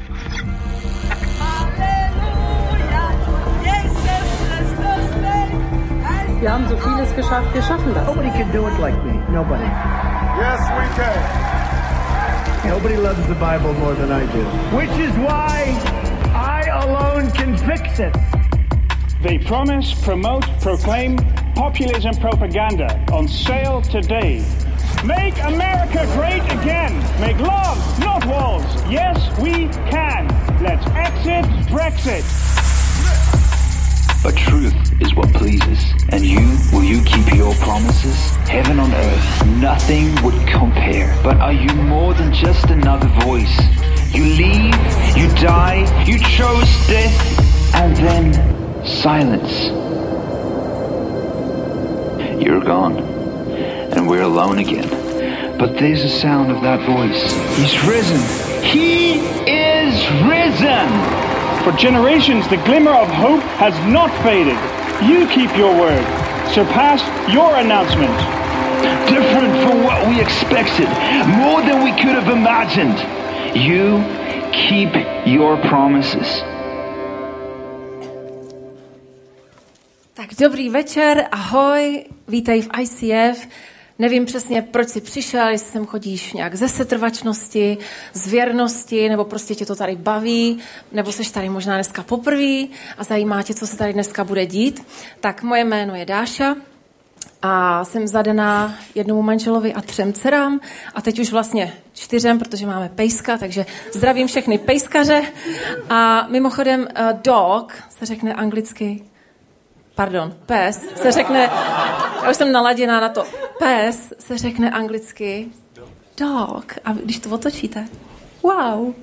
Wir haben so vieles geschafft, wir schaffen das. Nobody can do it like me. Nobody. Yes, we can. Nobody loves the Bible more than I do. Which is why I alone can fix it. They promise, promote, proclaim populism propaganda on sale today. Make America great again. Make love, not walls. Yes, we can. Let's exit Brexit. But truth is what pleases. And will you keep your promises? Heaven on earth, nothing would compare. But are you more than just another voice? You leave, you die, you chose death, and then silence. You're gone, and we're alone again. But there's a sound of that voice. He's risen. He is risen! For generations, the glimmer of hope has not faded. You keep your word. Surpass your announcement. Different from what we expected. More than we could have imagined. You keep your promises. Tak dobrý večer, ahoj, vítej v ICF. Nevím přesně, proč jsi přišel, jestli sem chodíš nějak ze setrvačnosti, z věrnosti, nebo prostě tě to tady baví, nebo seš tady možná dneska poprvé a zajímá tě, co se tady dneska bude dít. Tak moje jméno je Dáša a jsem zadaná jednomu manželovi a 3 dcerám a teď už vlastně 4, protože máme pejska, takže zdravím všechny pejskaře. A mimochodem dog se řekne anglicky, pes se řekne, já už jsem naladěná na to, pes se řekne anglicky dog. A když to otočíte, wow,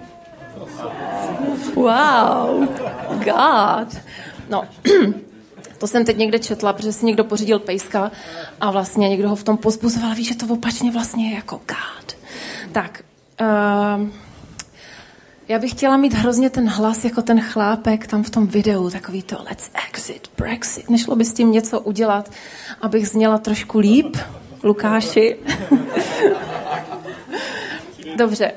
God. No, to jsem teď někde četla, protože si někdo pořídil pejska a vlastně někdo ho v tom pozbuzoval, víš, že to opačně vlastně je jako God. Tak, já bych chtěla mít hrozně ten hlas jako ten chlápek tam v tom videu, takový to let's exit Brexit. Nešlo by s tím něco udělat, abych zněla trošku líp, Lukáši? Dobře.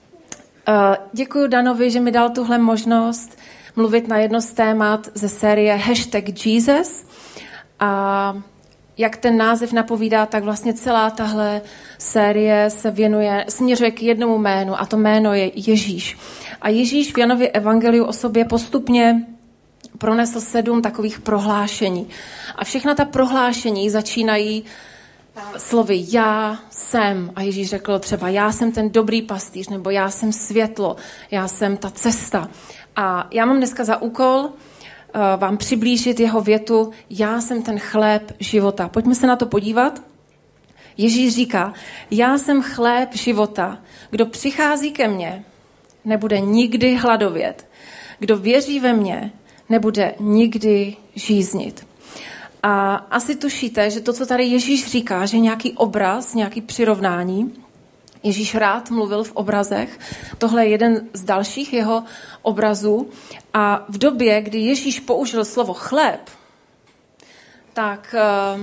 Děkuji Danovi, že mi dal tuhle možnost mluvit na jedno z témat ze série #Jesus. A jak ten název napovídá, tak vlastně celá tahle série se směřuje k jednomu jménu a to jméno je Ježíš. A Ježíš v Janově evangeliu o sobě postupně pronesl 7 takových prohlášení. A všechna ta prohlášení začínají slovy já jsem. A Ježíš řekl třeba já jsem ten dobrý pastýř, nebo já jsem světlo, já jsem ta cesta. A já mám dneska za úkol vám přiblížit jeho větu já jsem ten chléb života. Pojďme se na to podívat. Ježíš říká, já jsem chléb života. Kdo přichází ke mně, nebude nikdy hladovět. Kdo věří ve mě, nebude nikdy žíznit. A asi tušíte, že to, co tady Ježíš říká, že nějaký obraz, nějaký přirovnání, Ježíš rád mluvil v obrazech. Tohle je jeden z dalších jeho obrazů. A v době, kdy Ježíš použil slovo chléb, tak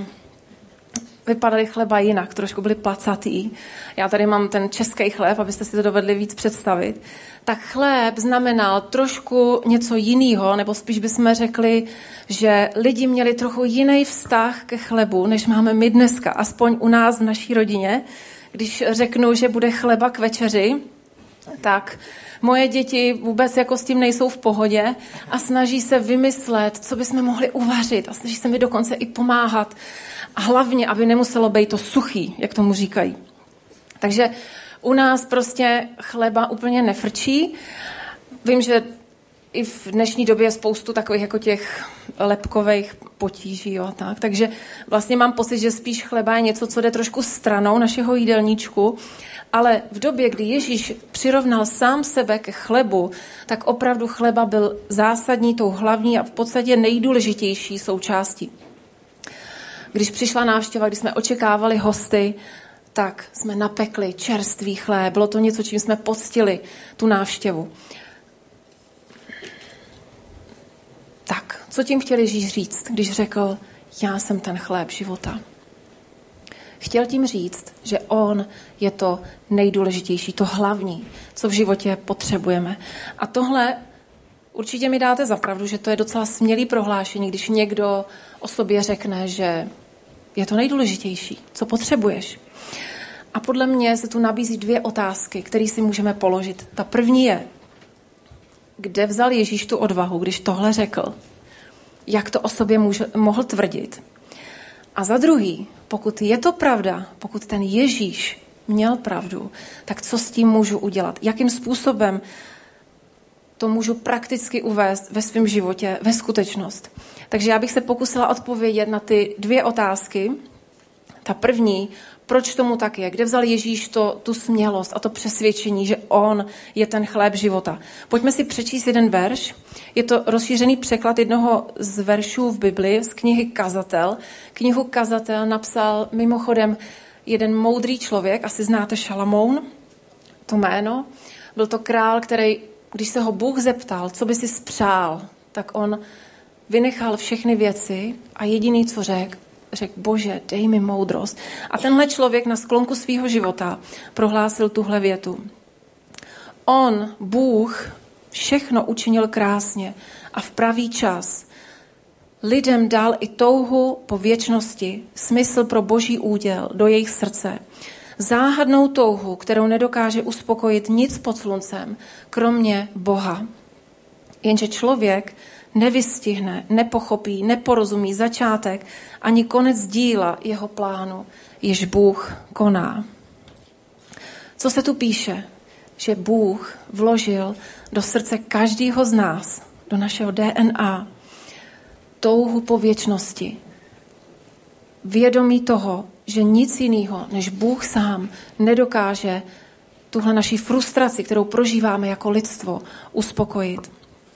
vypadaly chleba jinak, trošku byly placatý. Já tady mám ten český chléb, abyste si to dovedli víc představit. Tak chléb znamenal trošku něco jiného, nebo spíš bychom řekli, že lidi měli trochu jiný vztah ke chlebu, než máme my dneska, aspoň u nás v naší rodině. Když řeknu, že bude chleba k večeři, tak moje děti vůbec jako s tím nejsou v pohodě a snaží se vymyslet, co bychom mohli uvařit a snaží se mi dokonce i pomáhat. A hlavně, aby nemuselo být to suchý, jak tomu říkají. Takže u nás prostě chleba úplně nefrčí. Vím, že i v dnešní době je spoustu takových jako těch lepkových potíží. Jo, tak. Takže vlastně mám pocit, že spíš chleba je něco, co jde trošku stranou našeho jídelníčku. Ale v době, kdy Ježíš přirovnal sám sebe ke chlebu, tak opravdu chleba byl zásadní, tou hlavní a v podstatě nejdůležitější součástí. Když přišla návštěva, když jsme očekávali hosty, tak jsme napekli čerstvý chléb. Bylo to něco, čím jsme poctili tu návštěvu. Co tím chtěl Ježíš říct, když řekl, já jsem ten chléb života? Chtěl tím říct, že on je to nejdůležitější, to hlavní, co v životě potřebujeme. A tohle určitě mi dáte za pravdu, že to je docela smělý prohlášení, když někdo o sobě řekne, že je to nejdůležitější, co potřebuješ. A podle mě se tu nabízí 2 otázky, které si můžeme položit. Ta první je, kde vzal Ježíš tu odvahu, když tohle řekl? Jak to o sobě mohl tvrdit? A za druhý, pokud je to pravda, pokud ten Ježíš měl pravdu, tak co s tím můžu udělat? Jakým způsobem to můžu prakticky uvést ve svém životě, ve skutečnost? Takže já bych se pokusila odpovědět na ty 2 otázky. Ta první, proč tomu tak je? Kde vzal Ježíš tu smělost a to přesvědčení, že on je ten chléb života? Pojďme si přečíst jeden verš. Je to rozšířený překlad jednoho z veršů v Biblii z knihy Kazatel. Knihu Kazatel napsal mimochodem jeden moudrý člověk, asi znáte Šalamoun, to jméno. Byl to král, který, když se ho Bůh zeptal, co by si spřál, tak on vynechal všechny věci a jediný, co řekl, Bože, dej mi moudrost. A tenhle člověk na sklonku svého života prohlásil tuhle větu. On, Bůh, všechno učinil krásně a v pravý čas. Lidem dal i touhu po věčnosti, smysl pro boží úděl do jejich srdce. Záhadnou touhu, kterou nedokáže uspokojit nic pod sluncem, kromě Boha. Jenže člověk nevystihne, nepochopí, neporozumí začátek ani konec díla jeho plánu, jež Bůh koná. Co se tu píše? Že Bůh vložil do srdce každého z nás, do našeho DNA, touhu po věčnosti. Vědomí toho, že nic jiného než Bůh sám nedokáže tuhle naši frustraci, kterou prožíváme jako lidstvo, uspokojit.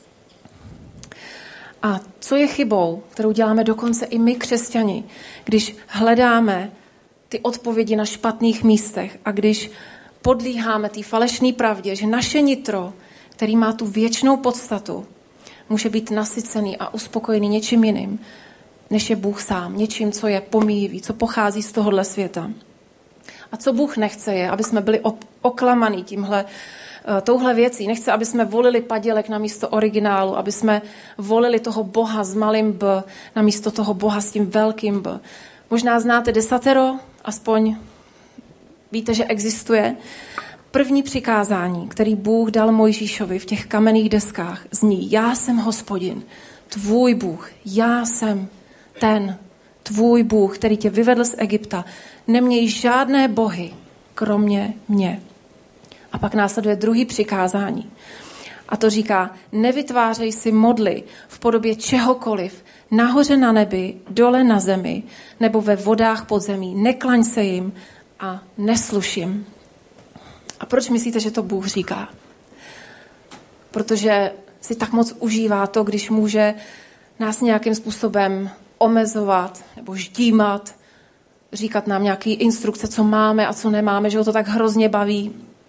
A co je chybou, kterou děláme dokonce i my, křesťani, když hledáme ty odpovědi na špatných místech a když podlíháme té falešné pravdě, že naše nitro, který má tu věčnou podstatu, může být nasycený a uspokojený něčím jiným, než je Bůh sám, něčím, co je pomíjivý, co pochází z tohohle světa. A co Bůh nechce je, aby jsme byli oklamaný touhle věcí. Nechce, aby jsme volili padělek na místo originálu, aby jsme volili toho Boha s malým B na místo toho Boha s tím velkým B. Možná znáte desatero, aspoň víte, že existuje. První přikázání, který Bůh dal Mojžíšovi v těch kamenných deskách, zní: Já jsem Hospodin, tvůj Bůh, já jsem ten tvůj Bůh, který tě vyvedl z Egypta. Neměj žádné bohy, kromě mě. A pak následuje druhý přikázání. A to říká: nevytvářej si modly v podobě čehokoliv, nahoře na nebi, dole na zemi, nebo ve vodách pod zemí. Neklaň se jim a nesluš jim. A proč myslíte, že to Bůh říká? Protože si tak moc užívá to, když může nás nějakým způsobem omezovat nebo ždímat, říkat nám nějaké instrukce, co máme a co nemáme, že ho to tak hrozně baví.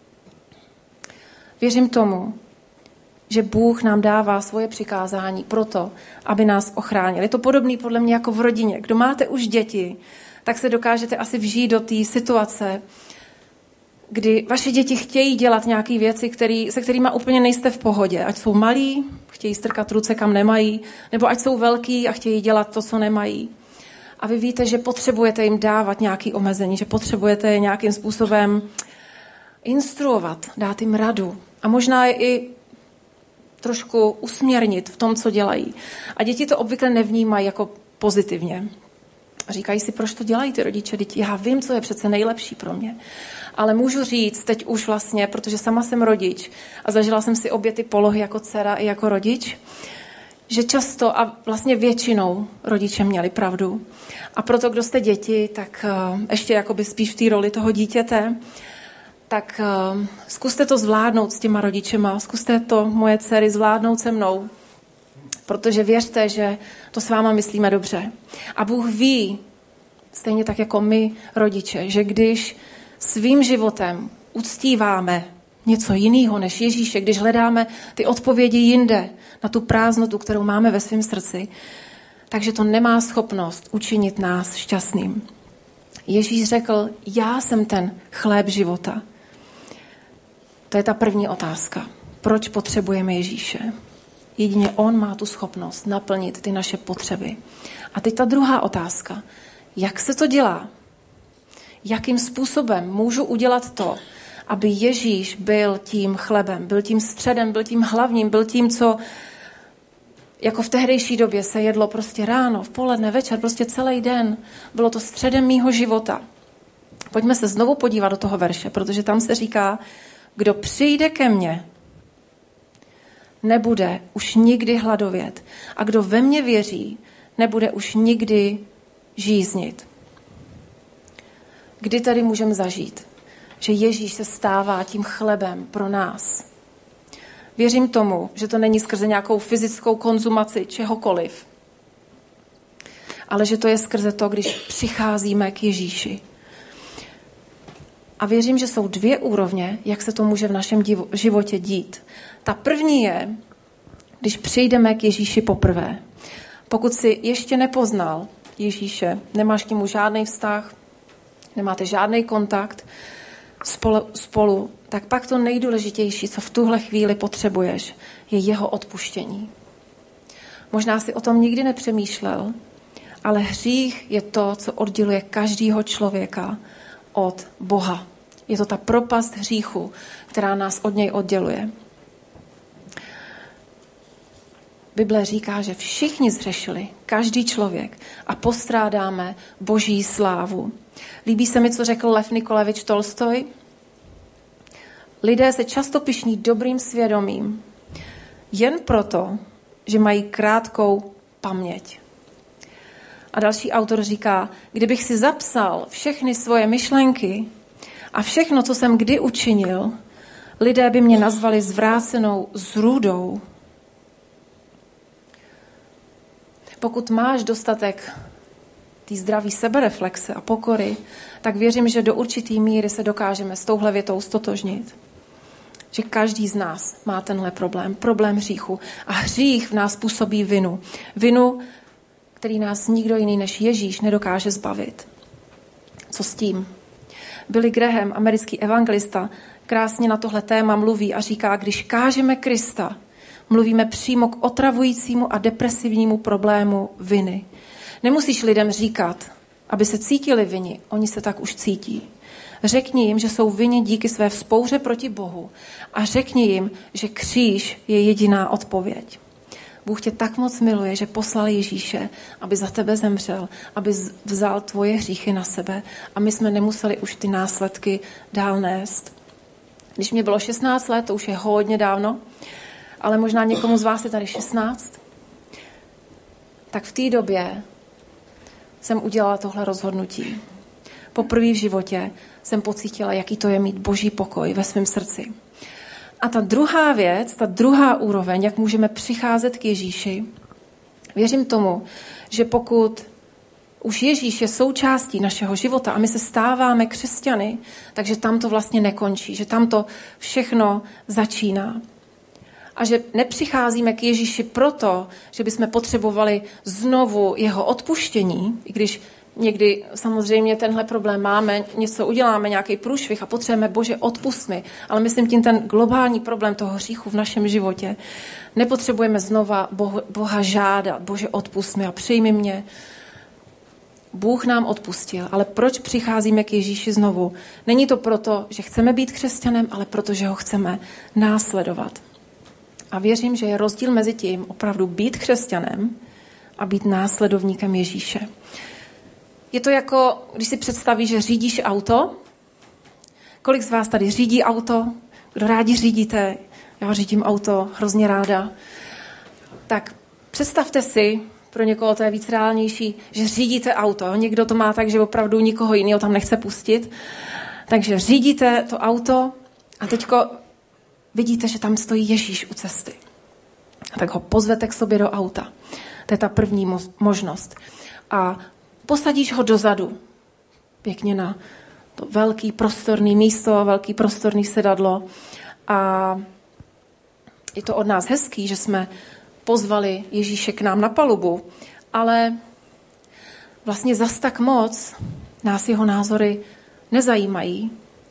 Věřím tomu, že Bůh nám dává svoje přikázání proto, aby nás ochránil. Je to podobný podle mě jako v rodině. Kdo máte už děti, tak se dokážete asi vžít do té situace, kdy vaše děti chtějí dělat nějaké věci, se kterými úplně nejste v pohodě. Ať jsou malí, chtějí strkat ruce kam nemají, nebo ať jsou velký a chtějí dělat to, co nemají. A vy víte, že potřebujete jim dávat nějaké omezení, že potřebujete je nějakým způsobem instruovat, dát jim radu a možná je i trošku usměrnit v tom, co dělají. A děti to obvykle nevnímají jako pozitivně. Říkají si, proč to dělají ty rodiče, děti. Já vím, co je přece nejlepší pro mě. Ale můžu říct teď už vlastně, protože sama jsem rodič a zažila jsem si obě ty polohy jako dcera i jako rodič, že často a vlastně většinou rodiče měli pravdu. A proto, kdo jste děti, tak ještě jakoby spíš v té roli toho dítěte, tak zkuste to zvládnout s těma rodičema, zkuste to, moje dcery, zvládnout se mnou, protože věřte, že to s váma myslíme dobře. A Bůh ví, stejně tak jako my, rodiče, že když svým životem uctíváme něco jiného než Ježíše, když hledáme ty odpovědi jinde na tu prázdnotu, kterou máme ve svém srdci, takže to nemá schopnost učinit nás šťastným. Ježíš řekl, já jsem ten chléb života. To je ta první otázka. Proč potřebujeme Ježíše? Jedině on má tu schopnost naplnit ty naše potřeby. A teď ta druhá otázka. Jak se to dělá? Jakým způsobem můžu udělat to, aby Ježíš byl tím chlebem, byl tím středem, byl tím hlavním, byl tím, co jako v tehdejší době se jedlo prostě ráno, v poledne, večer, prostě celý den. Bylo to středem mýho života. Pojďme se znovu podívat do toho verše, protože tam se říká, kdo přijde ke mně, nebude už nikdy hladovět. A kdo ve mně věří, nebude už nikdy žíznit. Kdy tady můžeme zažít, že Ježíš se stává tím chlebem pro nás? Věřím tomu, že to není skrze nějakou fyzickou konzumaci čehokoliv, ale že to je skrze to, když přicházíme k Ježíši. A věřím, že jsou dvě úrovně, jak se to může v našem životě dít. Ta první je, když přijdeme k Ježíši poprvé. Pokud jsi ještě nepoznal Ježíše, nemáš k němu žádný vztah, nemáte žádný kontakt spolu, tak pak to nejdůležitější, co v tuhle chvíli potřebuješ, je jeho odpuštění. Možná si o tom nikdy nepřemýšlel, ale hřích je to, co odděluje každého člověka od Boha. Je to ta propast hříchu, která nás od něj odděluje. Bible říká, že všichni zhřešili, každý člověk, a postrádáme Boží slávu. Líbí se mi, co řekl Lev Nikolajevič Tolstoj. Lidé se často pyšní dobrým svědomím, jen proto, že mají krátkou paměť. A další autor říká, kdybych si zapsal všechny svoje myšlenky a všechno, co jsem kdy učinil, lidé by mě nazvali zvrácenou zrůdou. Pokud máš dostatek té zdraví sebereflexe a pokory, tak věřím, že do určitý míry se dokážeme s touhle větou stotožnit. Že každý z nás má tenhle problém hříchu. A hřích v nás působí vinu. Vinu, který nás nikdo jiný než Ježíš nedokáže zbavit. Co s tím? Billy Graham, americký evangelista, krásně na tohle téma mluví a říká, když kážeme Krista, mluvíme přímo k otravujícímu a depresivnímu problému viny. Nemusíš lidem říkat, aby se cítili vinni, oni se tak už cítí. Řekni jim, že jsou vinni díky své vzpouře proti Bohu a řekni jim, že kříž je jediná odpověď. Bůh tě tak moc miluje, že poslal Ježíše, aby za tebe zemřel, aby vzal tvoje hříchy na sebe a my jsme nemuseli už ty následky dál nést. Když mě bylo 16 let, to už je hodně dávno, ale možná někomu z vás je tady 16, tak v té době jsem udělala tohle rozhodnutí. Poprvé v životě jsem pocítila, jaký to je mít Boží pokoj ve svém srdci. A ta druhá věc, ta druhá úroveň, jak můžeme přicházet k Ježíši, věřím tomu, že pokud už Ježíš je součástí našeho života a my se stáváme křesťany, takže tam to vlastně nekončí, že tam to všechno začíná. A že nepřicházíme k Ježíši proto, že bychom potřebovali znovu jeho odpuštění, i když někdy samozřejmě tenhle problém máme, něco uděláme, nějaký průšvih a potřebujeme, Bože, odpusť mi. Ale myslím tím ten globální problém toho hříchu v našem životě. Nepotřebujeme znova Boha žádat, Bože, odpusť mi a přijmi mě. Bůh nám odpustil, ale proč přicházíme k Ježíši znovu? Není to proto, že chceme být křesťanem, ale proto, že ho chceme následovat. A věřím, že je rozdíl mezi tím opravdu být křesťanem a být následovníkem Ježíše. Je to jako, když si představíš, že řídíš auto. Kolik z vás tady řídí auto? Kdo rádi řídíte? Já řídím auto hrozně ráda. Tak představte si, pro někoho to je víc reálnější, že řídíte auto. Někdo to má tak, že opravdu nikoho jiného tam nechce pustit. Takže řídíte to auto a teďko vidíte, že tam stojí Ježíš u cesty. A tak ho pozvete k sobě do auta. To je ta první možnost. A posadíš ho dozadu. Pěkně na to velký prostorný místo, velký prostorný sedadlo. A je to od nás hezký, že jsme pozvali Ježíše k nám na palubu, ale vlastně zas tak moc nás jeho názory nezajímají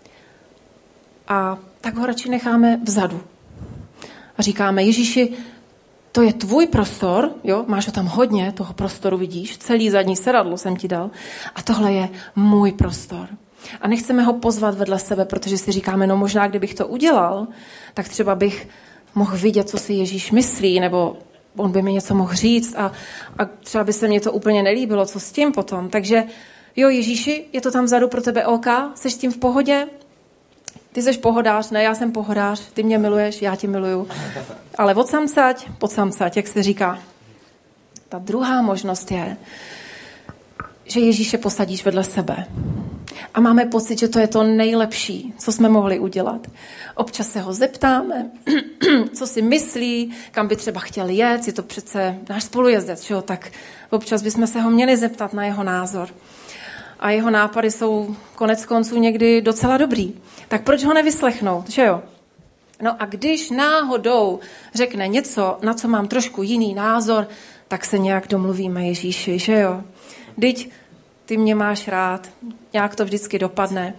a tak ho radši necháme vzadu. A říkáme, Ježíši, to je tvůj prostor, jo, máš ho tam hodně, toho prostoru vidíš, celý zadní sedadlo jsem ti dal a tohle je můj prostor. A nechceme ho pozvat vedle sebe, protože si říkáme, no možná kdybych to udělal, tak třeba bych mohl vidět, co si Ježíš myslí, nebo on by mi něco mohl říct a třeba by se mně to úplně nelíbilo, co s tím potom. Takže jo, Ježíši, je to tam vzadu pro tebe OK, seš s tím v pohodě? Ty seš pohodář, ne, já jsem pohodář, ty mě miluješ, já tě miluju. Ale odsamsať, podsamsať, jak se říká. Ta druhá možnost je, že Ježíše posadíš vedle sebe. A máme pocit, že to je to nejlepší, co jsme mohli udělat. Občas se ho zeptáme, co si myslí, kam by třeba chtěl jet, je to přece náš spolujezdec, že jo? Tak občas bychom se ho měli zeptat na jeho názor. A jeho nápady jsou konec konců někdy docela dobrý. Tak proč ho nevyslechnout, že jo? No a když náhodou řekne něco, na co mám trošku jiný názor, tak se nějak domluvíme, Ježíši, že jo? Vždyť ty mě máš rád, nějak to vždycky dopadne.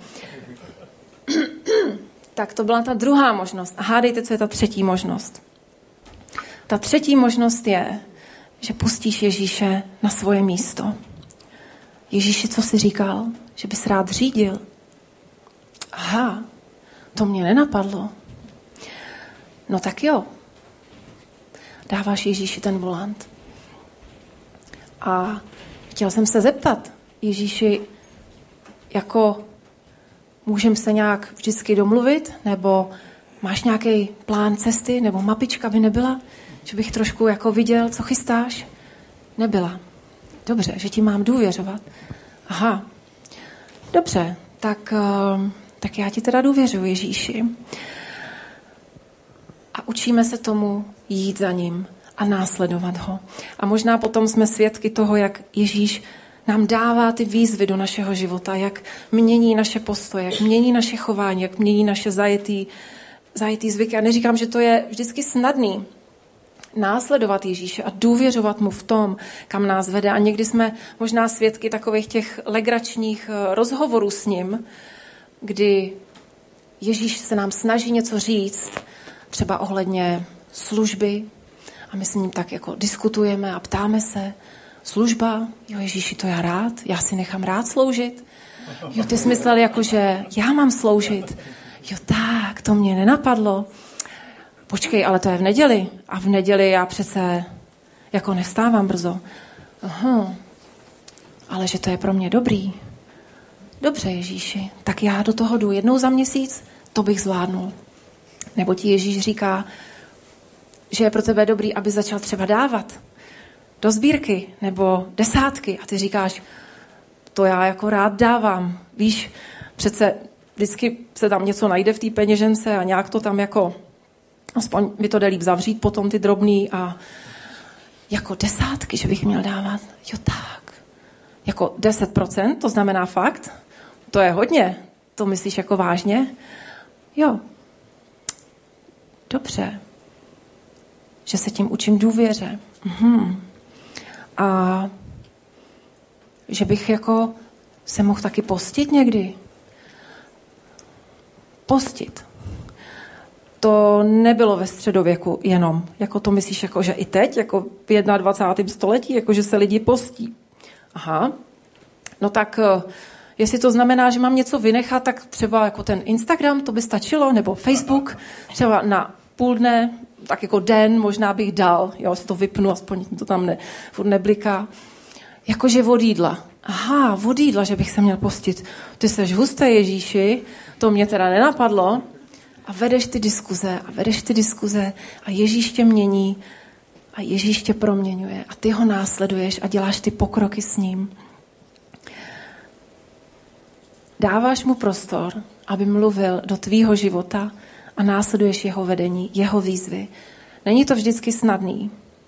Tak to byla ta druhá možnost. A hádejte, co je ta třetí možnost. Ta třetí možnost je, že pustíš Ježíše na svoje místo. Ježíši, co jsi říkal? Že bys rád řídil. Aha, to mě nenapadlo. No tak jo. Dáváš Ježíši ten volant. A chtěl jsem se zeptat, Ježíši, jako můžeme se nějak vždycky domluvit, nebo máš nějaký plán cesty, nebo mapička by nebyla, že bych trošku jako viděl, co chystáš? Nebyla. Dobře, že ti mám důvěřovat. Aha, dobře, tak já ti teda důvěřuji, Ježíši. A učíme se tomu jít za ním a následovat ho. A možná potom jsme svědky toho, jak Ježíš nám dává ty výzvy do našeho života, jak mění naše postoje, jak mění naše chování, jak mění naše zajetý zvyky. A neříkám, že to je vždycky snadný následovat Ježíše a důvěřovat mu v tom, kam nás vede. A někdy jsme možná svědky takových těch legračních rozhovorů s ním, kdy Ježíš se nám snaží něco říct, třeba ohledně služby, a my s ním tak jako diskutujeme a ptáme se, služba, jo Ježíši, to já rád, já si nechám rád sloužit. Jo, ty jsi myslel jako, že já mám sloužit. Jo tak, to mě nenapadlo. Počkej, ale to je v neděli. A v neděli já přece jako nevstávám brzo. Aha, ale že to je pro mě dobrý. Dobře, Ježíši, tak já do toho jdu jednou za měsíc, to bych zvládnul. Nebo ti Ježíš říká, že je pro tebe dobrý, aby začal třeba dávat do sbírky nebo desátky. A ty říkáš, to já jako rád dávám. Víš, přece vždycky se tam něco najde v té peněžence a nějak to tam jako, aspoň mi to jde líp zavřít potom ty drobný a jako desátky, že bych měl dávat. Jo tak. Jako 10%, to znamená fakt? To je hodně. To myslíš jako vážně? Jo. Dobře. Že se tím učím důvěře. A že bych jako se mohl taky postit někdy. Postit. To nebylo ve středověku jenom. Jako to myslíš, jako, že i teď, jako v 21. století, jako že se lidi postí. Aha. No tak, jestli to znamená, že mám něco vynechat, tak třeba jako ten Instagram, to by stačilo, nebo Facebook, třeba na půl dne, tak jako den možná bych dal, jo, si to vypnu, aspoň to tam furt nebliká. Jakože od jídla. Aha, od jídla, že bych se měl postit. Ty seš hustý, Ježíši, to mě teda nenapadlo. A vedeš ty diskuze a Ježíš tě mění a Ježíš tě proměňuje a ty ho následuješ a děláš ty pokroky s ním. Dáváš mu prostor, aby mluvil do tvýho života a následuješ jeho vedení, jeho výzvy. Není to vždycky snadný,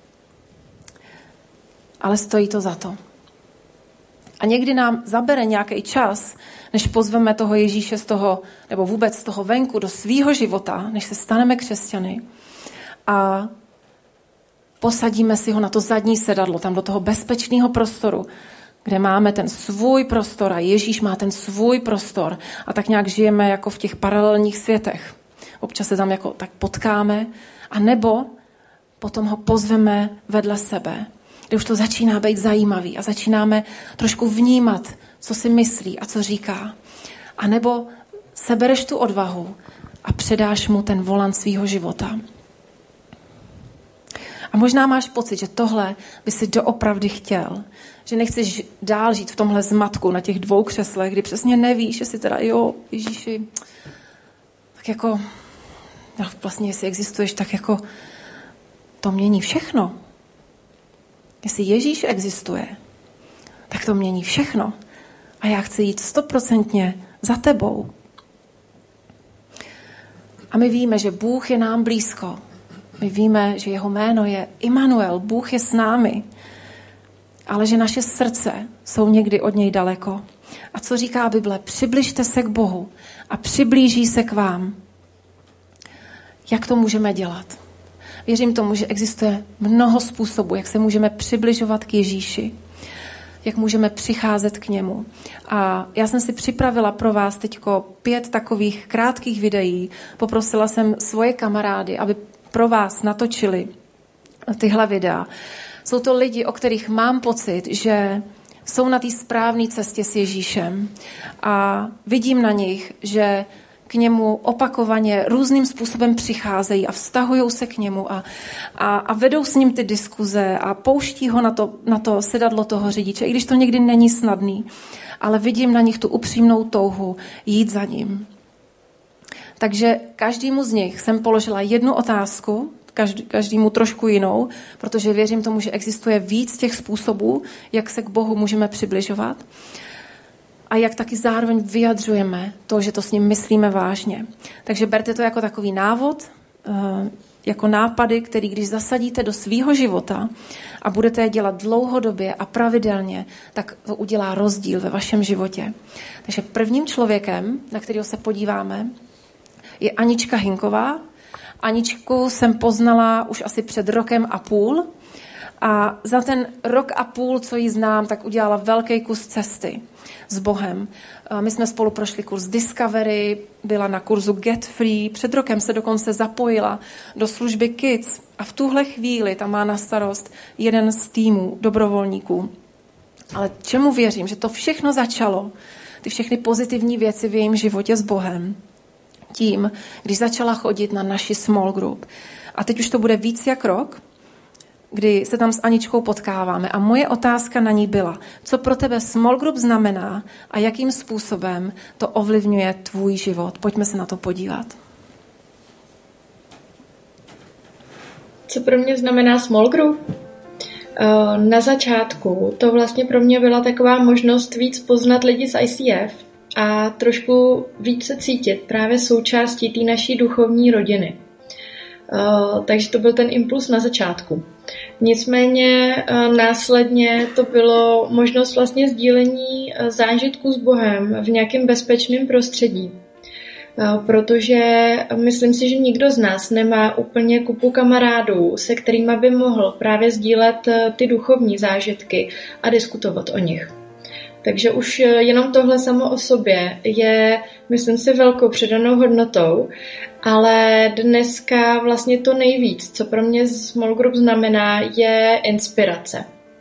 ale stojí to za to. A někdy nám zabere nějaký čas, než pozveme toho Ježíše z toho, nebo vůbec z toho venku do svýho života, než se staneme křesťany a posadíme si ho na to zadní sedadlo, tam do toho bezpečného prostoru, kde máme ten svůj prostor a Ježíš má ten svůj prostor a tak nějak žijeme jako v těch paralelních světech. Občas se tam jako tak potkáme a nebo potom ho pozveme vedle sebe, kde už to začíná být zajímavý a začínáme trošku vnímat, co si myslí a co říká. A nebo sebereš tu odvahu a předáš mu ten volant svýho života. A možná máš pocit, že tohle by si doopravdy chtěl. Že nechceš dál žít v tomhle zmatku na těch 2 křeslech, kdy přesně nevíš, jestli teda Ježíši, tak jako, vlastně jestli existuješ, tak jako to mění všechno. Jestli Ježíš existuje, tak to mění všechno. A já chci jít 100% za tebou. A my víme, že Bůh je nám blízko. My víme, že jeho jméno je Immanuel, Bůh je s námi. Ale že naše srdce jsou někdy od něj daleko. A co říká Bible? Přibližte se k Bohu a přiblíží se k vám. Jak to můžeme dělat? Věřím tomu, že existuje mnoho způsobů, jak se můžeme přibližovat k Ježíši. Jak můžeme přicházet k němu. A já jsem si připravila pro vás teďko 5 takových krátkých videí. Poprosila jsem svoje kamarády, aby pro vás natočili tyhle videa. Jsou to lidi, o kterých mám pocit, že jsou na té správné cestě s Ježíšem. A vidím na nich, že k němu opakovaně různým způsobem přicházejí a vztahují se k němu a vedou s ním ty diskuze a pouští ho na to sedadlo toho řidiče, i když to někdy není snadný. Ale vidím na nich tu upřímnou touhu jít za ním. Takže každému z nich jsem položila 1 otázku, každému trošku jinou, protože věřím tomu, že existuje víc těch způsobů, jak se k Bohu můžeme přibližovat a jak taky zároveň vyjadřujeme to, že to s ním myslíme vážně. Takže berte to jako takový návod, jako nápady, který když zasadíte do svýho života a budete je dělat dlouhodobě a pravidelně, tak to udělá rozdíl ve vašem životě. Takže prvním člověkem, na kterého se podíváme, je Anička Hinková. Aničku jsem poznala už asi před 1,5 roku a za ten 1,5 roku, co ji znám, tak udělala velký kus cesty s Bohem. My jsme spolu prošli kurz Discovery, byla na kurzu Get Free, před rokem se dokonce zapojila do služby Kids a v tuhle chvíli tam má na starost jeden z týmů dobrovolníků. Ale čemu věřím, že to všechno začalo, ty všechny pozitivní věci v jejím životě s Bohem, tím, když začala chodit na naši small group. A teď už to bude víc jak rok, kdy se tam s Aničkou potkáváme. A moje otázka na ní byla, co pro tebe small group znamená a jakým způsobem to ovlivňuje tvůj život. Pojďme se na to podívat. Co pro mě znamená small group? Na začátku to vlastně pro mě byla taková možnost víc poznat lidi z ICF a trošku více cítit právě součástí té naší duchovní rodiny. Takže to byl ten impuls na začátku. Nicméně následně to bylo možnost vlastně sdílení zážitků s Bohem v nějakém bezpečném prostředí. Protože myslím si, že nikdo z nás nemá úplně kupu kamarádů, se kterými by mohl právě sdílet ty duchovní zážitky a diskutovat o nich. Takže už jenom tohle samo o sobě je, myslím si, velkou přidanou hodnotou, ale dneska vlastně to nejvíc, co pro mě small group znamená, je inspirace.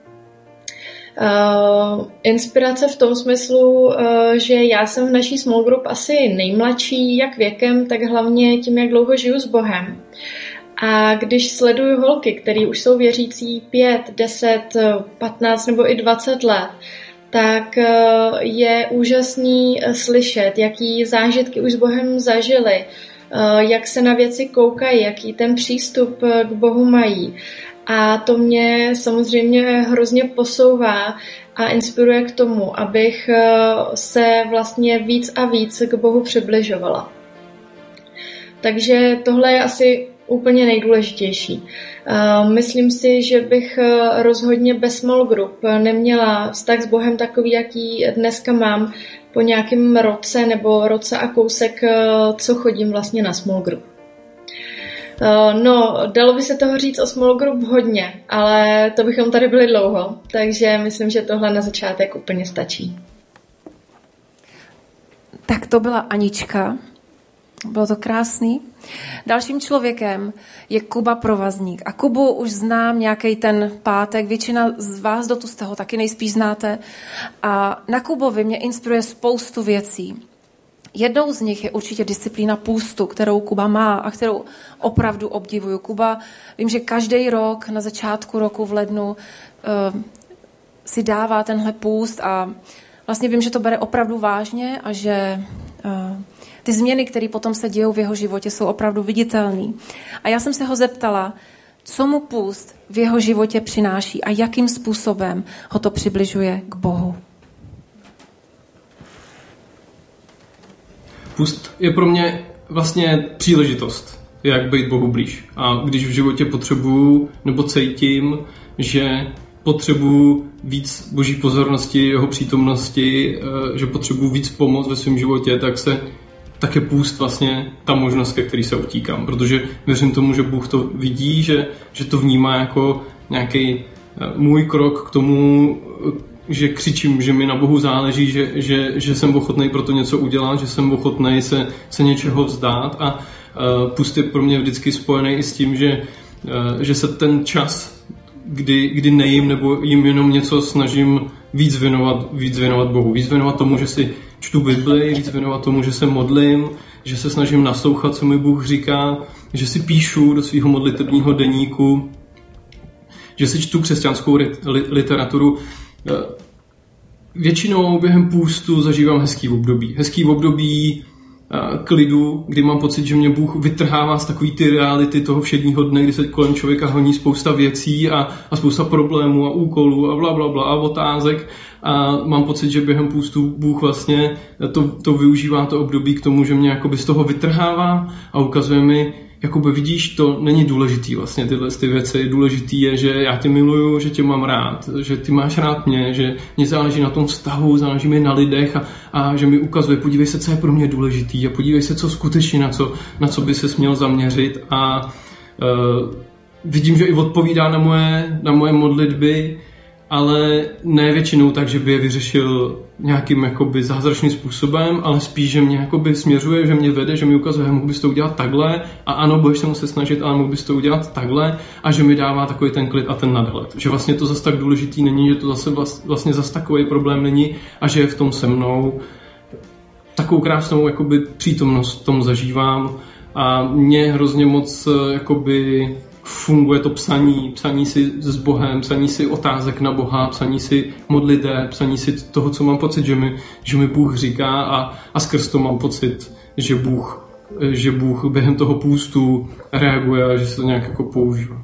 Inspirace v tom smyslu, že já jsem v naší small group asi nejmladší, jak věkem, tak hlavně tím, jak dlouho žiju s Bohem. A když sleduju holky, které už jsou věřící 5, 10, 15 nebo i 20 let, tak je úžasný slyšet, jaký zážitky už s Bohem zažili, jak se na věci koukají, jaký ten přístup k Bohu mají. A to mě samozřejmě hrozně posouvá a inspiruje k tomu, abych se vlastně víc a víc k Bohu přibližovala. Takže tohle je asi úplně nejdůležitější. Myslím si, že bych rozhodně bez small group neměla vztah s Bohem takový, jaký dneska mám po nějakém roce nebo roce a kousek, co chodím vlastně na small group. No, dalo by se toho říct o small group hodně, ale to bychom tady byli dlouho, takže myslím, že tohle na začátek úplně stačí. Tak to byla Anička. Bylo to krásný. Dalším člověkem je Kuba Provazník. A Kubu už znám nějaký ten pátek. Většina z vás do tu z toho taky nejspíš znáte. A na Kubovi mě inspiruje spoustu věcí. Jednou z nich je určitě disciplína půstu, kterou Kuba má a kterou opravdu obdivuju. Kuba, vím, že každý rok na začátku roku v lednu si dává tenhle půst a vlastně vím, že to bere opravdu vážně a že ty změny, které potom se dějou v jeho životě, jsou opravdu viditelné. A já jsem se ho zeptala, co mu půst v jeho životě přináší a jakým způsobem ho to přibližuje k Bohu. Půst je pro mě vlastně příležitost, jak být Bohu blíž. A když v životě potřebuju nebo cítím, že potřebuju víc Boží pozornosti, jeho přítomnosti, že potřebuju víc pomoc ve svém životě, tak je půst vlastně ta možnost, ke který se utíkám. Protože věřím tomu, že Bůh to vidí, že to vnímá jako nějaký můj krok k tomu, že křičím, že mi na Bohu záleží, že jsem ochotný pro to něco udělat, že jsem ochotný se něčeho vzdát a půst je pro mě vždycky spojený i s tím, že se ten čas, kdy nejím nebo jim jenom něco snažím víc věnovat Bohu, víc věnovat tomu, že si čtu Bibli, víc věnovat tomu, že se modlím, že se snažím naslouchat, co mi Bůh říká, že si píšu do svého modlitebního deníku, že si čtu křesťanskou literaturu. Většinou během půstu zažívám hezký období klidu, kdy mám pocit, že mě Bůh vytrhává z takový ty reality toho všedního dne, kdy se kolem člověka honí spousta věcí a spousta problémů a úkolů a blablabla a otázek a mám pocit, že během půstu Bůh vlastně to využívá to období k tomu, že mě jakoby z toho vytrhává a ukazuje mi, jakoby vidíš, to není důležitý vlastně tyhle ty věci. Důležitý je, že já tě miluju, že tě mám rád, že ty máš rád mě, že mě záleží na tom vztahu, záleží mi na lidech a že mi ukazuje, podívej se, co je pro mě důležitý a podívej se, co skutečně, na co by se směl zaměřit a vidím, že i odpovídá na moje modlitby, ale ne většinou tak, že by je vyřešil nějakým jakoby zázračným způsobem, ale spíš, že mě jakoby směřuje, že mě vede, že mi ukazuje, mohl bys to udělat takhle a ano, budeš se muset snažit, ale mohl bys to udělat takhle a že mi dává takový ten klid a ten nadhled. Že vlastně to zase tak důležitý není, že to vlastně zase takový problém není a že je v tom se mnou. Takovou krásnou jakoby přítomnost v tom zažívám a mě hrozně moc jakoby funguje to psaní si s Bohem, psaní si otázek na Boha, psaní si modliteb, psaní si toho, co mám pocit, že mi Bůh říká a skrz to mám pocit, že Bůh během toho půstu reaguje a že se to nějak jako používá.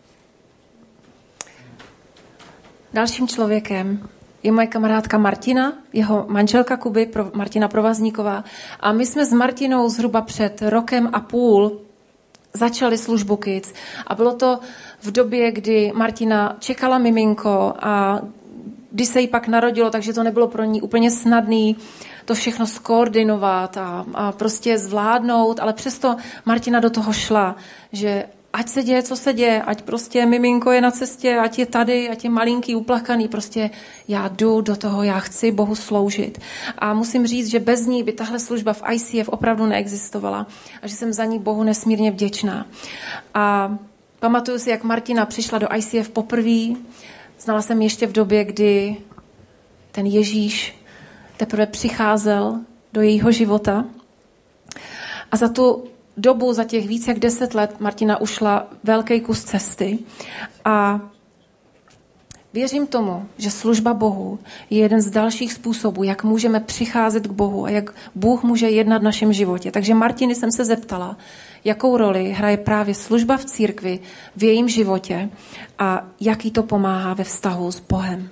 Dalším člověkem je moje kamarádka Martina, jeho manželka Kuby, Martina Provazníková. A my jsme s Martinou zhruba před 1,5 roku začali službu Kids. A bylo to v době, kdy Martina čekala miminko a když se jí pak narodilo, takže to nebylo pro ní úplně snadný to všechno skoordinovat a prostě zvládnout, ale přesto Martina do toho šla, že ať se děje, co se děje, ať prostě miminko je na cestě, ať je tady, ať je malinký, uplakaný, prostě já jdu do toho, já chci Bohu sloužit. A musím říct, že bez ní by tahle služba v ICF opravdu neexistovala a že jsem za ní Bohu nesmírně vděčná. A pamatuju si, jak Martina přišla do ICF poprvé. Znala jsem ještě v době, kdy ten Ježíš teprve přicházel do jejího života. A za tu dobu, za těch víc jak 10 let, Martina ušla velký kus cesty a věřím tomu, že služba Bohu je jeden z dalších způsobů, jak můžeme přicházet k Bohu a jak Bůh může jednat v našem životě. Takže Martiny jsem se zeptala, jakou roli hraje právě služba v církvi v jejím životě a jaký to pomáhá ve vztahu s Bohem.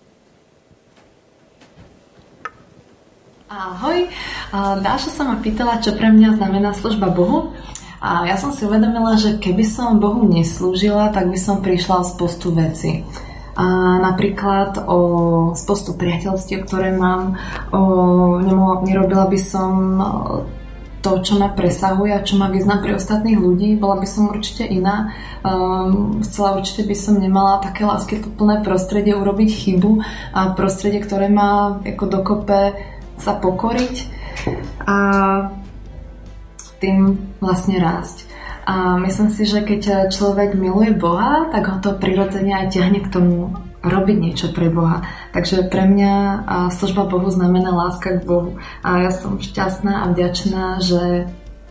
Ahoj, Dáša sa ma pýtala, čo pre mňa znamená služba Bohu. A ja som si uvedomila, že keby som Bohu neslúžila, tak by som prišla o spostu veci. A napríklad o spostu priateľstiev, ktoré mám, nerobila by som to, čo ma presahuje a čo má význam pre ostatných ľudí. Bola by som určite iná. Chcela určite by som nemala také láskyplné prostredie urobiť chybu a prostredie, ktoré má ako dokope sa pokoriť a tým vlastne rásť. A myslím si, že keď človek miluje Boha, tak ho to prirodzene aj ťahne k tomu robiť niečo pre Boha. Takže pre mňa služba Bohu znamená láska k Bohu. A ja som šťastná a vďačná, že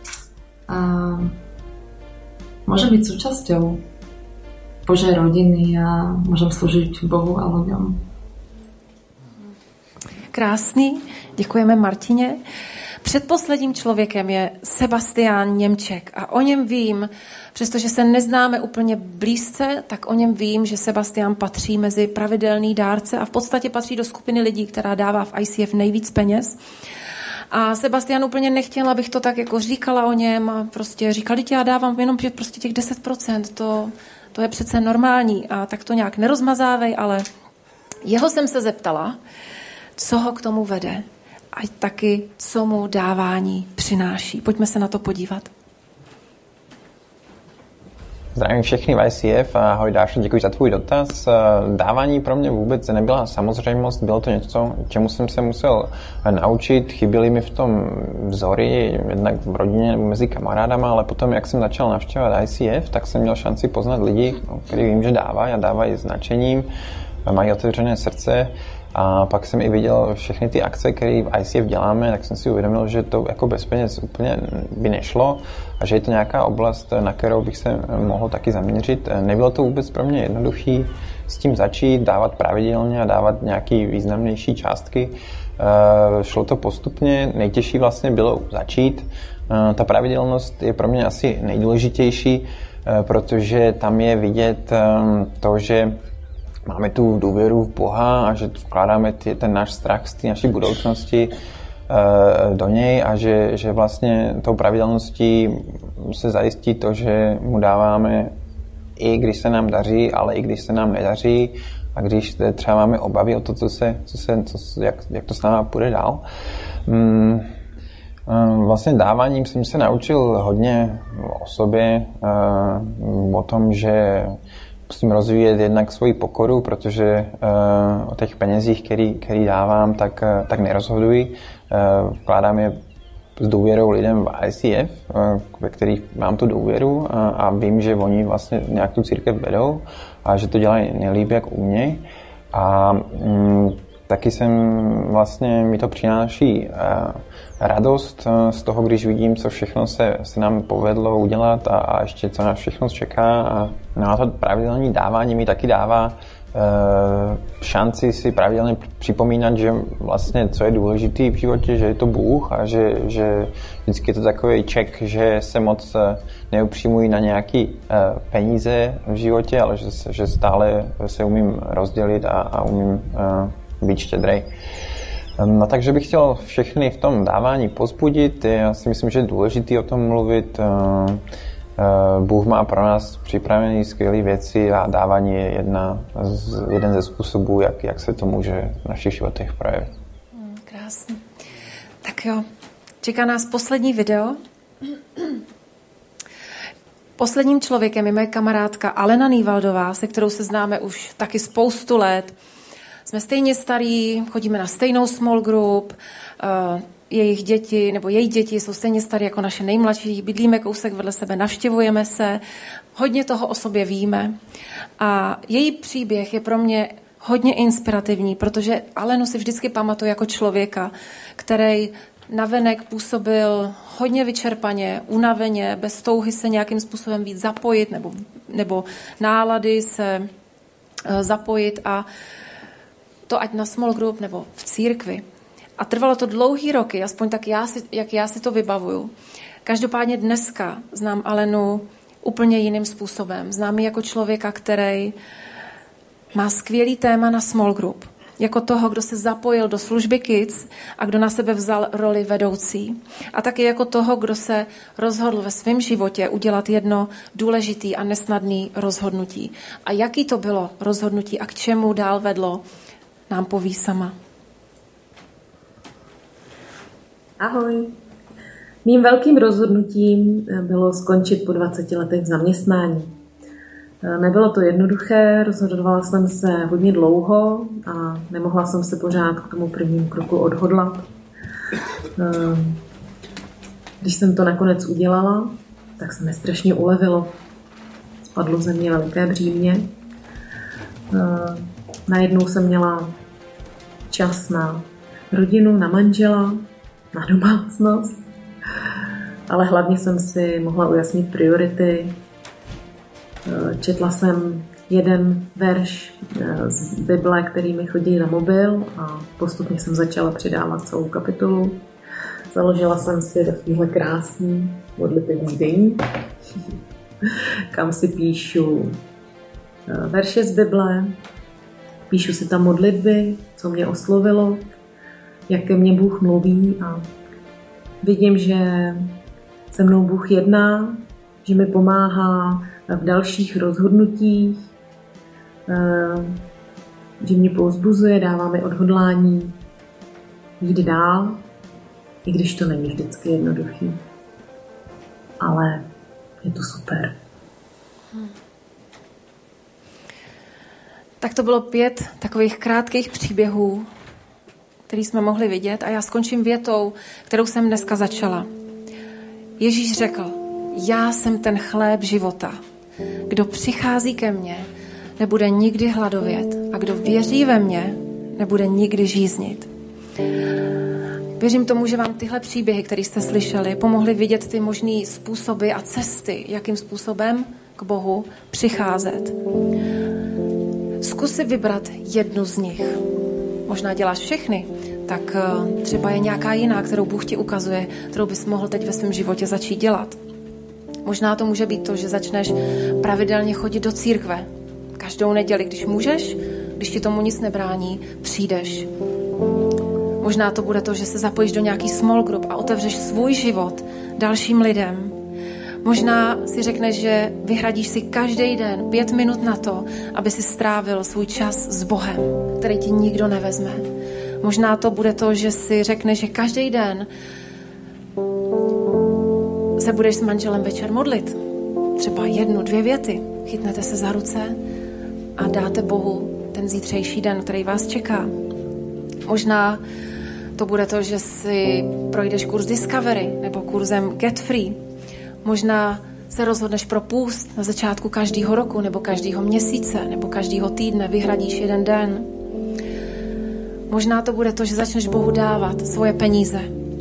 môžem byť súčasťou Božej rodiny a môžem slúžiť Bohu a ľuďom. Krásný, děkujeme Martině. Předposledním člověkem je Sebastián Němček a o něm vím, přestože se neznáme úplně blízce, tak o něm vím, že Sebastián patří mezi pravidelný dárce a v podstatě patří do skupiny lidí, která dává v ICF nejvíc peněz. A Sebastián úplně nechtěl, abych to tak jako říkala o něm a prostě říkal, že já dávám jenom prostě těch 10%, to je přece normální a tak to nějak nerozmazávej, ale jeho jsem se zeptala, co ho k tomu vede a taky, co mu dávání přináší. Pojďme se na to podívat. Zdravím všechny v ICF a ahoj Dášo, děkuji za tvůj dotaz. Dávání pro mě vůbec nebyla samozřejmost, bylo to něco, čemu jsem se musel naučit. Chyběly mi v tom vzory, jednak v rodině nebo mezi kamarádama, ale potom, jak jsem začal navštěvovat ICF, tak jsem měl šanci poznat lidi, kteří vím, že dávají a dávají s nadšením, mají otevřené srdce. A pak jsem i viděl všechny ty akce, které v ICF děláme, tak jsem si uvědomil, že to jako bez peněz úplně by nešlo a že je to nějaká oblast, na kterou bych se mohl taky zaměřit. Nebylo to vůbec pro mě jednoduchý s tím začít, dávat pravidelně a dávat nějaký významnější částky. Šlo to postupně, nejtěžší vlastně bylo začít. Ta pravidelnost je pro mě asi nejdůležitější, protože tam je vidět to, že máme tu důvěru v Boha a že vkládáme ten náš strach z té naší budoucnosti do něj a že vlastně tou pravidelností se zajistí to, že mu dáváme i když se nám daří, ale i když se nám nedaří a když třeba máme obavy o to, jak to s náma půjde dál. Vlastně dáváním jsem se naučil hodně o sobě, o tom, že musím rozvíjet jednak svoji pokoru, protože o těch penězích, který dávám, tak nerozhoduji. Vkládám je s důvěrou lidem v ICF, ve kterých mám tu důvěru a vím, že oni vlastně nějak tu církev vedou a že to dělají nejlíp, jak umějí. A taky mi to přináší radost z toho, když vidím, co všechno se nám povedlo udělat a ještě co nás všechno čeká. A na to pravidelné dávání mi taky dává šanci si pravidelně připomínat, že vlastně co je důležitý v životě, že je to Bůh a že vždycky je to takový ček, že se moc neupřímují na nějaký peníze v životě, ale že stále se umím rozdělit a umím být štědrej. No takže bych chtěl všechny v tom dávání povzbudit. Já si myslím, že je důležitý o tom mluvit. Bůh má pro nás připravené skvělé věci a dávání je jeden ze způsobů, jak se to může v našich životech projevit. Krásně. Tak jo, čeká nás poslední video. Posledním člověkem je moje kamarádka Alena Nývaldová, se kterou se známe už taky spoustu let. Jsme stejně starí, chodíme na stejnou small group, jejich děti, nebo její děti jsou stejně staré jako naše nejmladší, bydlíme kousek vedle sebe, navštěvujeme se, hodně toho o sobě víme. A její příběh je pro mě hodně inspirativní, protože Alenu si vždycky pamatuju jako člověka, který navenek působil hodně vyčerpaně, unaveně, bez touhy se nějakým způsobem víc zapojit, nebo nálady se zapojit a to ať na small group nebo v církvi. A trvalo to dlouhý roky, aspoň tak jak já si to vybavuju. Každopádně dneska znám Alenu úplně jiným způsobem. Znám ji jako člověka, který má skvělý téma na small group. Jako toho, kdo se zapojil do služby Kids a kdo na sebe vzal roli vedoucí. A taky jako toho, kdo se rozhodl ve svém životě udělat jedno důležitý a nesnadný rozhodnutí. A jaký to bylo rozhodnutí a k čemu dál vedlo, nám poví sama. Ahoj. Mým velkým rozhodnutím bylo skončit po 20 letech v zaměstnání. Nebylo to jednoduché, rozhodovala jsem se hodně dlouho a nemohla jsem se pořád k tomu prvnímu kroku odhodlat. Když jsem to nakonec udělala, tak se mi strašně ulevilo. Spadlo ze mě veliké břímě. Najednou jsem měla čas na rodinu, na manžela, na domácnost, ale hlavně jsem si mohla ujasnit priority. Četla jsem jeden verš z Bible, který mi chodí na mobil a postupně jsem začala přidávat celou kapitolu. Založila jsem si takovýhle krásný modlitební deník, kam si píšu verše z Bible, píšu si tam modlitby, co mě oslovilo, jak ke mně Bůh mluví a vidím, že se mnou Bůh jedná, že mi pomáhá v dalších rozhodnutích, že mě povzbuzuje, dává mi odhodlání jít dál, i když to není vždycky jednoduchý. Ale je to super. Tak to bylo 5 takových krátkých příběhů, který jsme mohli vidět a já skončím větou, kterou jsem dneska začala. Ježíš řekl, já jsem ten chléb života. Kdo přichází ke mně, nebude nikdy hladovět a kdo věří ve mě, nebude nikdy žíznit. Věřím tomu, že vám tyhle příběhy, které jste slyšeli, pomohly vidět ty možný způsoby a cesty, jakým způsobem k Bohu přicházet. Zkus si vybrat jednu z nich. Možná děláš všechny, tak třeba je nějaká jiná, kterou Bůh ti ukazuje, kterou bys mohl teď ve svém životě začít dělat. Možná to může být to, že začneš pravidelně chodit do církve. Každou neděli, když můžeš, když ti tomu nic nebrání, přijdeš. Možná to bude to, že se zapojíš do nějaký small group a otevřeš svůj život dalším lidem. Možná si řekneš, že vyhradíš si každý den 5 minut na to, aby si strávil svůj čas s Bohem, který ti nikdo nevezme. Možná to bude to, že si řekneš, že každý den se budeš s manželem večer modlit. Třeba 1, 2 věty. Chytnete se za ruce a dáte Bohu ten zítřejší den, který vás čeká. Možná to bude to, že si projdeš kurz Discovery nebo kurzem Get Free. Možná se rozhodneš pro půst na začátku každého roku nebo každého měsíce nebo každého týdne, vyhradíš 1 den. Možná to bude to, že začneš Bohu dávat svoje peníze.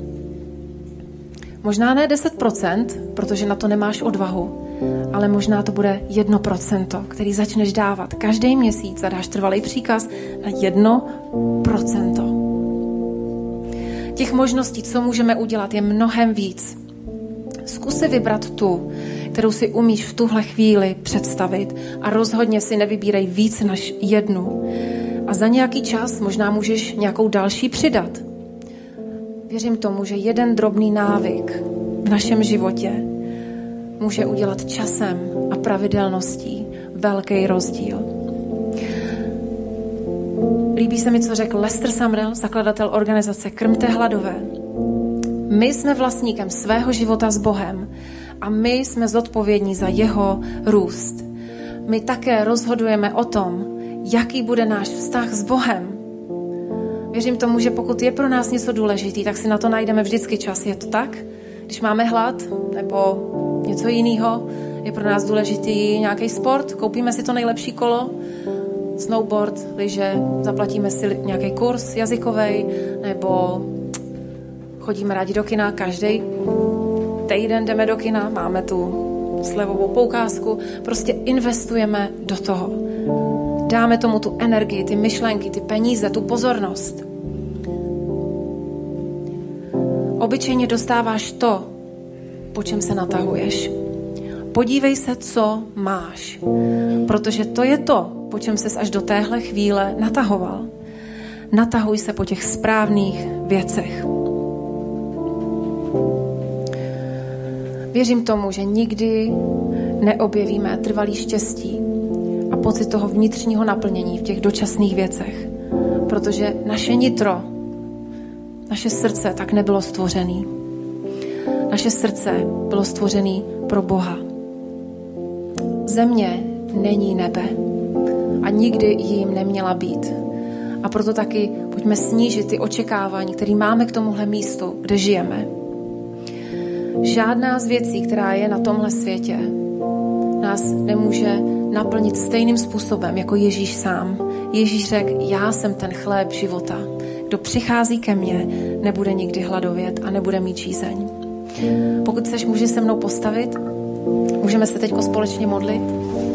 Možná ne 10%, protože na to nemáš odvahu, ale možná to bude 1%, který začneš dávat každý měsíc a dáš trvalý příkaz na 1%. Těch možností, co můžeme udělat, je mnohem víc. Zkus si vybrat tu, kterou si umíš v tuhle chvíli představit a rozhodně si nevybírej víc než 1. A za nějaký čas možná můžeš nějakou další přidat. Věřím tomu, že 1 drobný návyk v našem životě může udělat časem a pravidelností velký rozdíl. Líbí se mi, co řekl Lester Sumrall, zakladatel organizace Krmte hladové. My jsme vlastníkem svého života s Bohem a my jsme zodpovědní za jeho růst. My také rozhodujeme o tom, jaký bude náš vztah s Bohem. Věřím tomu, že pokud je pro nás něco důležitý, tak si na to najdeme vždycky čas. Je to tak? Když máme hlad nebo něco jiného, je pro nás důležitý nějaký sport, koupíme si to nejlepší kolo, snowboard, lyže, zaplatíme si nějaký kurz jazykovej, nebo chodíme rádi do kina, každý týden jdeme do kina, máme tu slevovou poukázku, prostě investujeme do toho. Dáme tomu tu energii, ty myšlenky, ty peníze, tu pozornost. Obyčejně dostáváš to, po čem se natahuješ. Podívej se, co máš, protože to je to, po čem ses až do téhle chvíle natahoval. Natahuj se po těch správných věcech. Věřím tomu, že nikdy neobjevíme trvalý štěstí a pocit toho vnitřního naplnění v těch dočasných věcech, protože naše nitro, naše srdce tak nebylo stvořený. Naše srdce bylo stvořené pro Boha. Země není nebe a nikdy jim neměla být. A proto taky pojďme snížit ty očekávání, které máme k tomuhle místu, kde žijeme. Žádná z věcí, která je na tomhle světě, nás nemůže naplnit stejným způsobem jako Ježíš sám. Ježíš řekl, já jsem ten chléb života. Kdo přichází ke mně, nebude nikdy hladovět a nebude mít žízeň. Pokud chceš, můžeš se mnou postavit. Můžeme se teď společně modlit.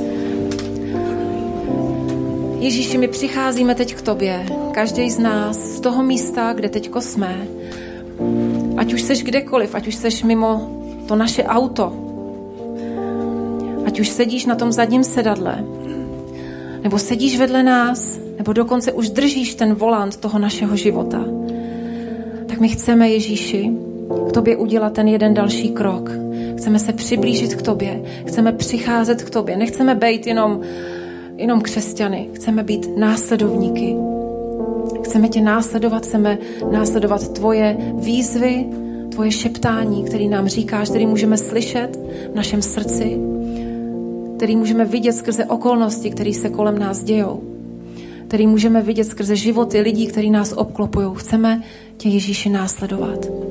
Ježíši, my přicházíme teď k tobě. Každý z nás z toho místa, kde teďko jsme. Ať už seš kdekoliv, ať už seš mimo to naše auto. Ať už sedíš na tom zadním sedadle. Nebo sedíš vedle nás. Nebo dokonce už držíš ten volant toho našeho života. Tak my chceme, Ježíši, k tobě udělat ten jeden další krok. Chceme se přiblížit k tobě. Chceme přicházet k tobě. Nechceme být jenom křesťany. Chceme být následovníky. Chceme tě následovat. Chceme následovat tvoje výzvy, tvoje šeptání, který nám říkáš, který můžeme slyšet v našem srdci, který můžeme vidět skrze okolnosti, které se kolem nás dějou, který můžeme vidět skrze životy lidí, kteří nás obklopují. Chceme tě, Ježíši, následovat.